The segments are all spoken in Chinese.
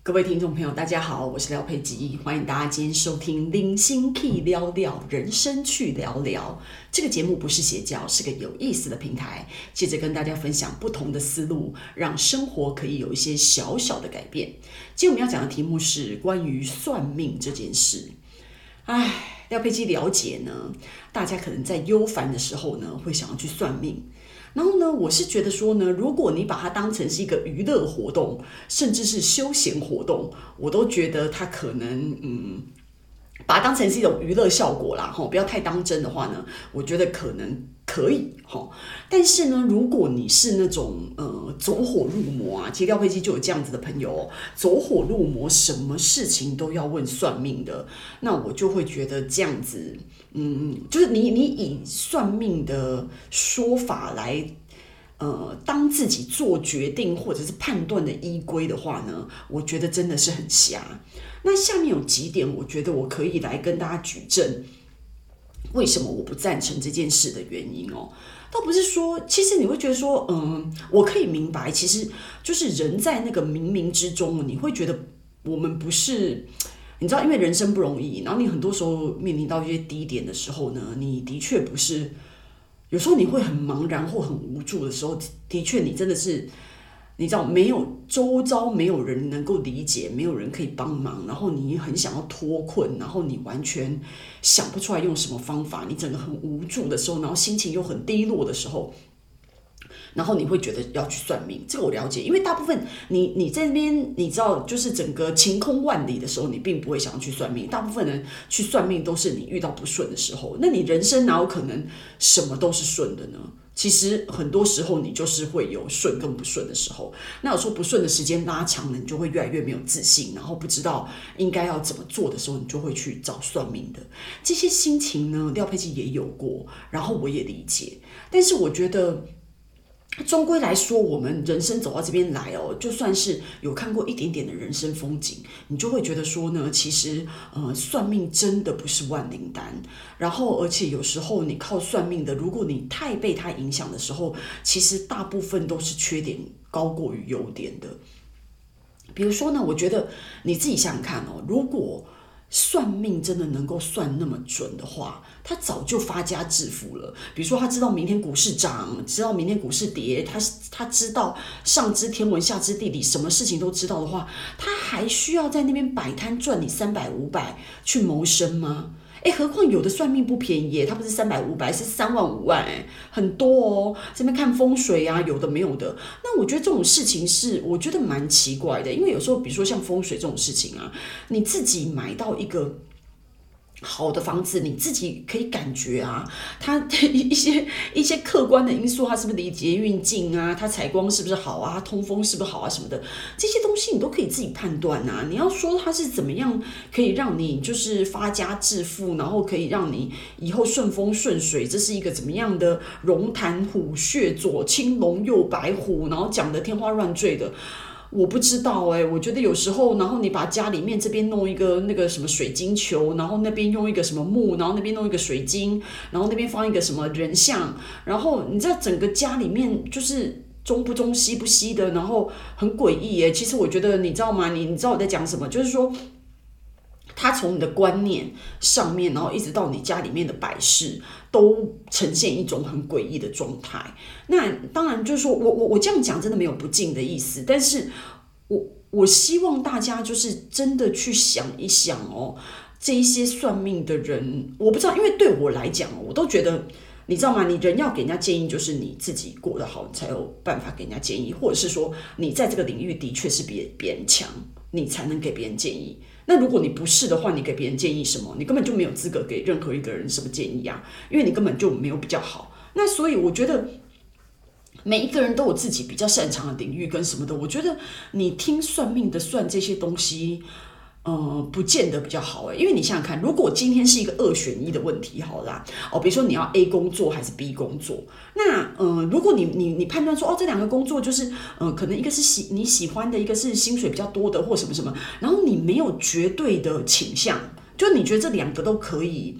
各位听众朋友，大家好，我是廖佩吉，欢迎大家今天收听零星 Key 聊聊人生去聊聊。这个节目不是邪教，是个有意思的平台，接着跟大家分享不同的思路，让生活可以有一些小小的改变。今天我们要讲的题目是关于算命这件事。廖佩基了解呢，大家可能在忧烦的时候呢，会想要去算命。然后呢，我是觉得说呢，如果你把它当成是一个娱乐活动，甚至是休闲活动，我都觉得它可能把它当成是一种娱乐效果啦，不要太当真的话呢，我觉得可能可以。但是呢，如果你是那种走火入魔啊，其实廖佩基就有这样子的朋友走火入魔，什么事情都要问算命的，那我就会觉得这样子，就是你以算命的说法来当自己做决定或者是判断的依归的话呢，我觉得真的是很瞎。那下面有几点，我觉得我可以来跟大家举证，为什么我不赞成这件事的原因哦。倒不是说，其实你会觉得说，我可以明白，其实就是人在那个冥冥之中，你会觉得我们不是。你知道，因为人生不容易，然后你很多时候面临到一些低点的时候呢，你的确不是，有时候你会很茫然或很无助的时候，的确你真的是，你知道没有周遭没有人能够理解，没有人可以帮忙，然后你很想要脱困，然后你完全想不出来用什么方法，你整个很无助的时候，然后心情又很低落的时候。然后你会觉得要去算命，这个我了解，因为大部分你在那边，你知道，就是整个晴空万里的时候，你并不会想要去算命。大部分人去算命都是你遇到不顺的时候，那你人生哪有可能什么都是顺的呢？其实很多时候你就是会有顺跟不顺的时候，那有时候不顺的时间拉长了，你就会越来越没有自信，然后不知道应该要怎么做的时候，你就会去找算命的。这些心情呢，廖佩基也有过，然后我也理解，但是我觉得。终归来说，我们人生走到这边来就算是有看过一点点的人生风景，你就会觉得说呢，其实算命真的不是万灵丹。然后，而且有时候你靠算命的，如果你太被它影响的时候，其实大部分都是缺点高过于优点的。比如说呢，我觉得你自己想想看如果算命真的能够算那么准的话，他早就发家致富了。比如说，他知道明天股市涨，知道明天股市跌，他知道上知天文下知地理，什么事情都知道的话，他还需要在那边摆摊赚你300、500去谋生吗？何况有的算命不便宜耶，它不是300、500，是3万、5万，很多这边看风水啊，有的没有的。那我觉得这种事情是我觉得蛮奇怪的，因为有时候比如说像风水这种事情啊，你自己买到一个好的房子，你自己可以感觉啊，它一些客观的因素，它是不是离捷运近啊，它采光是不是好啊，它通风是不是好啊什么的，这些东西你都可以自己判断啊。你要说它是怎么样可以让你就是发家致富，然后可以让你以后顺风顺水，这是一个怎么样的龙潭虎穴，左青龙右白虎，然后讲的天花乱坠的。我不知道我觉得有时候，然后你把家里面这边弄一个那个什么水晶球，然后那边用一个什么木，然后那边弄一个水晶，然后那边放一个什么人像，然后你知道整个家里面就是中不中西不西的，然后很诡异其实我觉得你知道吗？你知道我在讲什么？就是说。它从你的观念上面，然后一直到你家里面的摆饰，都呈现一种很诡异的状态。那当然就是说我这样讲真的没有不敬的意思，但是我希望大家就是真的去想一想这一些算命的人，我不知道，因为对我来讲我都觉得。你知道吗？你人要给人家建议，就是你自己过得好，你才有办法给人家建议，或者是说你在这个领域的确是比别人强，你才能给别人建议。那如果你不是的话，你给别人建议什么？你根本就没有资格给任何一个人什么建议啊，因为你根本就没有比较好。那所以我觉得每一个人都有自己比较擅长的领域跟什么的。我觉得你听算命的算这些东西。不见得比较好因为你想想看，如果今天是一个2选1的问题好啦比如说你要 A 工作还是 B 工作，那如果你判断说这2个工作就是可能一个是你喜欢的，一个是薪水比较多的或什么什么，然后你没有绝对的倾向，就你觉得这2个都可以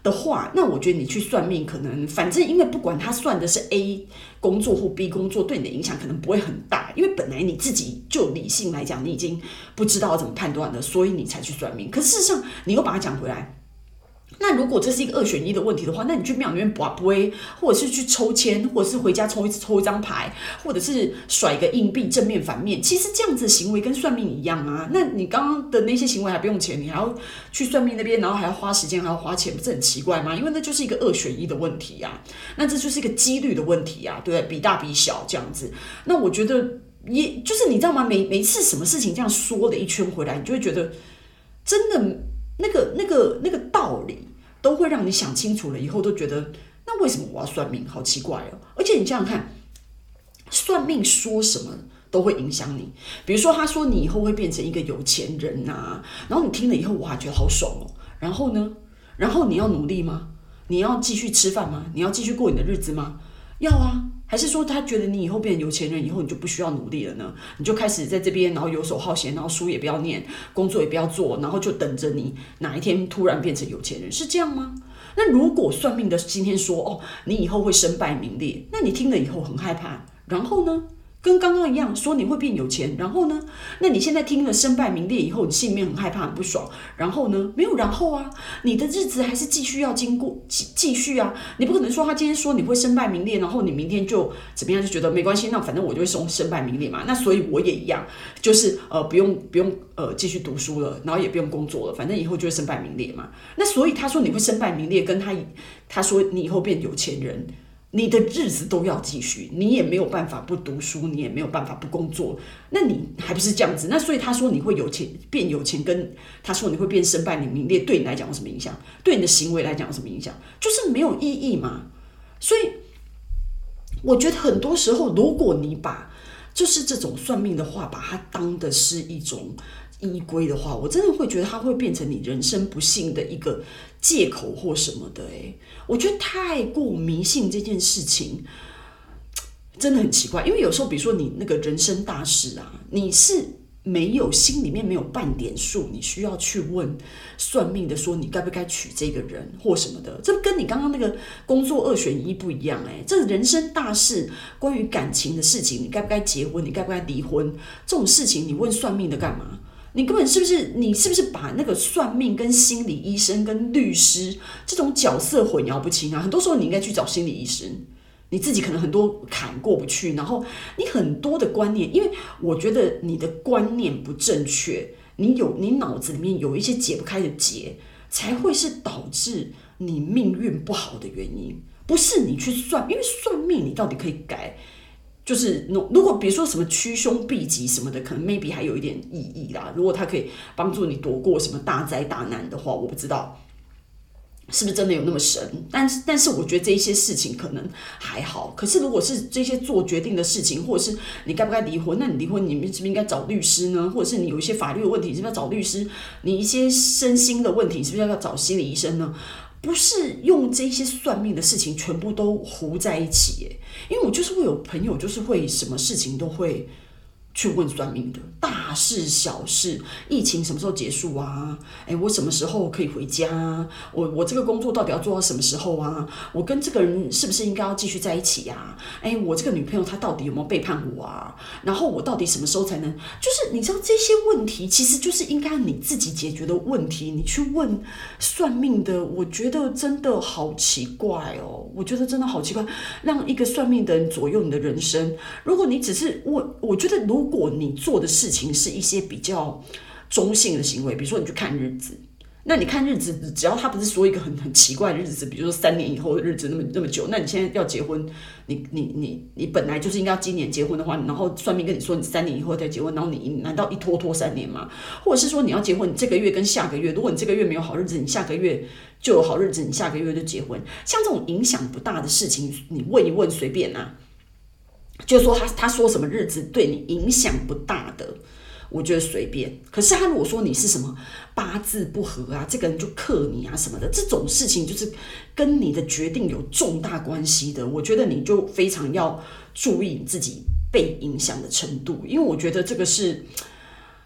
的话，那我觉得你去算命，可能反正因为不管他算的是 A 工作或 B 工作，对你的影响可能不会很大，因为本来你自己就理性来讲，你已经不知道要怎么判断了，所以你才去算命。可事实上，你又把它讲回来。那如果这是一个2选1的问题的话，那你去庙里面卜杯，或者是去抽签，或者是回家抽一张牌，或者是甩个硬币正面反面，其实这样子的行为跟算命一样啊。那你刚刚的那些行为还不用钱，你还要去算命那边，然后还要花时间，还要花钱，不是很奇怪吗？因为那就是一个2选1的问题啊，那这就是一个几率的问题啊，对不对？比大比小这样子。那我觉得也就是你知道吗？每次什么事情这样说了一圈回来，你就会觉得真的那个道理。都会让你想清楚了以后，都觉得那为什么我要算命？好奇怪哦！而且你想想看，算命说什么都会影响你。比如说，他说你以后会变成一个有钱人啊，然后你听了以后，哇，觉得好爽哦。然后呢？然后你要努力吗？你要继续吃饭吗？你要继续过你的日子吗？要啊。还是说他觉得你以后变成有钱人以后，你就不需要努力了呢？你就开始在这边，然后游手好闲，然后书也不要念，工作也不要做，然后就等着你哪一天突然变成有钱人，是这样吗？那如果算命的今天说哦，你以后会身败名裂，那你听了以后很害怕，然后呢？跟刚刚一样，说你会变有钱，然后呢？那你现在听了身败名裂以后，你心里面很害怕、很不爽，然后呢？没有然后啊，你的日子还是继续要经过继续啊，你不可能说他今天说你会身败名裂，然后你明天就怎么样就觉得没关系，那反正我就会身败名裂嘛，那所以我也一样，就是不用继续读书了，然后也不用工作了，反正以后就会身败名裂嘛。那所以他说你会身败名裂，跟他说你以后变有钱人。你的日子都要继续，你也没有办法不读书，你也没有办法不工作，那你还不是这样子？那所以他说你会有钱变有钱，跟他说你会变身败名裂，对你来讲有什么影响？对你的行为来讲有什么影响？就是没有意义嘛。所以我觉得很多时候，如果你把就是这种算命的话，把它当的是一种依归的话，我真的会觉得它会变成你人生不幸的一个借口或什么的。我觉得太过迷信这件事情真的很奇怪，因为有时候比如说你那个人生大事啊，你是没有心里面没有半点数，你需要去问算命的说你该不该娶这个人或什么的，这跟你刚刚那个工作2选1不一样。这人生大事，关于感情的事情，你该不该结婚，你该不该离婚，这种事情你问算命的干嘛？你根本是不是把那个算命跟心理医生跟律师这种角色混淆不清啊？很多时候你应该去找心理医生，你自己可能很多坎过不去，然后你很多的观念，因为我觉得你的观念不正确，你脑子里面有一些解不开的结，才会是导致你命运不好的原因，不是你去算，因为算命你到底可以改。就是如果比如说什么趋凶避吉什么的，可能 maybe 还有一点意义啦。如果它可以帮助你躲过什么大灾大难的话，我不知道是不是真的有那么神。但是我觉得这一些事情可能还好。可是如果是这些做决定的事情，或者是你该不该离婚，那你离婚你是不是应该找律师呢？或者是你有一些法律的问题，是不是要找律师？你一些身心的问题，是不是要找心理医生呢？不是用这些算命的事情全部都糊在一起耶，因为我就是会有朋友，就是会什么事情都会去问算命的，大事小事，疫情什么时候结束啊？我什么时候可以回家啊？我这个工作到底要做到什么时候啊？我跟这个人是不是应该要继续在一起啊？我这个女朋友她到底有没有背叛我啊？然后我到底什么时候才能？就是你知道这些问题，其实就是应该你自己解决的问题。你去问算命的，我觉得真的好奇怪哦！我觉得真的好奇怪，让一个算命的人左右你的人生。如果你只是问，我觉得如果你做的事情是一些比较中性的行为，比如说你去看日子，那你看日子，只要他不是说一个很奇怪的日子，比如说3年以后的日子那么久，那你现在要结婚，你本来就是应该要今年结婚的话，然后算命跟你说你3年以后再结婚，然后你难道一拖3年吗？或者是说你要结婚，你这个月跟下个月，如果你这个月没有好日子，你下个月就有好日子，你下个月就结婚，像这种影响不大的事情，你问一问随便啊。就是说他说什么日子对你影响不大的，我觉得随便。可是他如果说你是什么八字不合啊，这个人就克你啊什么的，这种事情就是跟你的决定有重大关系的，我觉得你就非常要注意你自己被影响的程度，因为我觉得这个是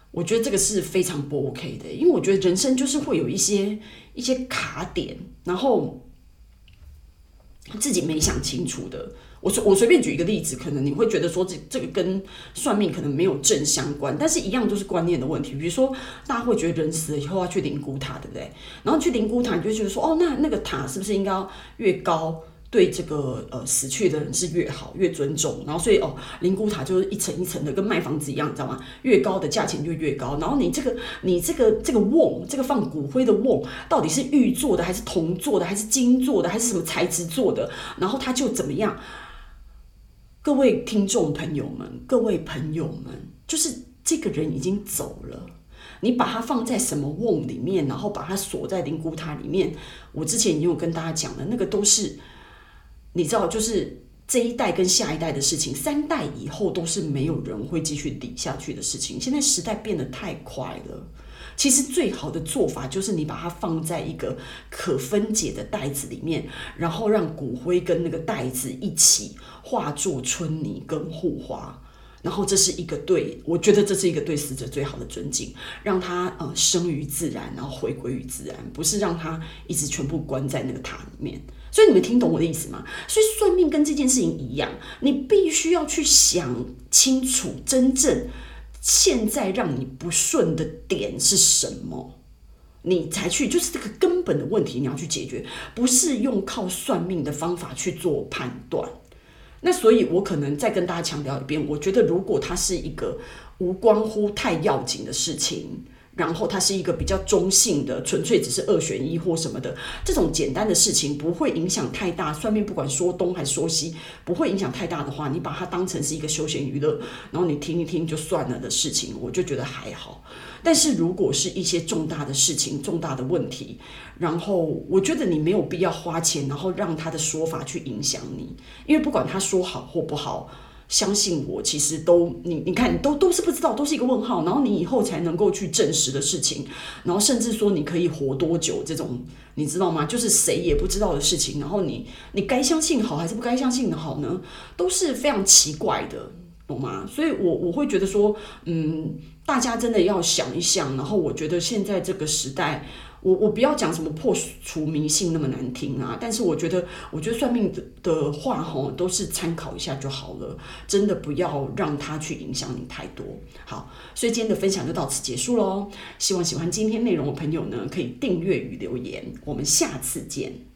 我觉得这个是非常不 OK 的，因为我觉得人生就是会有一些卡点，然后自己没想清楚的。我随便举一个例子，可能你会觉得说这个跟算命可能没有正相关，但是一样都是观念的问题。比如说，大家会觉得人死了以后要去灵骨塔，对不对？然后去灵骨塔，你就觉得说，哦，那个塔是不是应该要越高？对这个死去的人是越好越尊重，然后所以灵骨塔就是一层一层的，跟卖房子一样，你知道吗？越高的价钱就越高。然后你这个瓮，这个放骨灰的瓮，到底是玉做的还是铜做的还是金做的还是什么材质做的？然后它就怎么样？各位听众朋友们，各位朋友们，就是这个人已经走了。你把它放在什么瓮里面，然后把它锁在灵骨塔里面，我之前已经有跟大家讲了，那个都是你知道，就是这一代跟下一代的事情，3代以后都是没有人会继续理下去的事情。现在时代变得太快了，其实最好的做法就是你把它放在一个可分解的袋子里面，然后让骨灰跟那个袋子一起化作春泥跟护花。然后这是一个我觉得这是一个对死者最好的尊敬，让他生于自然，然后回归于自然，不是让他一直全部关在那个塔里面。所以你们听懂我的意思吗？所以算命跟这件事情一样，你必须要去想清楚，真正现在让你不顺的点是什么，你才去，就是这个根本的问题你要去解决，不是用靠算命的方法去做判断。那所以我可能再跟大家强调一遍，我觉得如果它是一个无关乎太要紧的事情，然后它是一个比较中性的，纯粹只是2选1或什么的，这种简单的事情不会影响太大，算命不管说东还是说西，不会影响太大的话，你把它当成是一个休闲娱乐，然后你听一听就算了的事情，我就觉得还好。但是如果是一些重大的事情、重大的问题，然后我觉得你没有必要花钱，然后让他的说法去影响你，因为不管他说好或不好，相信我，其实你看，你都是不知道，都是一个问号，然后你以后才能够去证实的事情，然后甚至说你可以活多久，这种你知道吗？就是谁也不知道的事情，然后你该相信好还是不该相信的好呢？都是非常奇怪的，懂吗？所以我会觉得说，大家真的要想一想，然后我觉得现在这个时代。我不要讲什么破除迷信那么难听啊，但是我觉得算命的话都是参考一下就好了，真的不要让它去影响你太多。好，所以今天的分享就到此结束咯，希望喜欢今天内容的朋友呢，可以订阅与留言，我们下次见。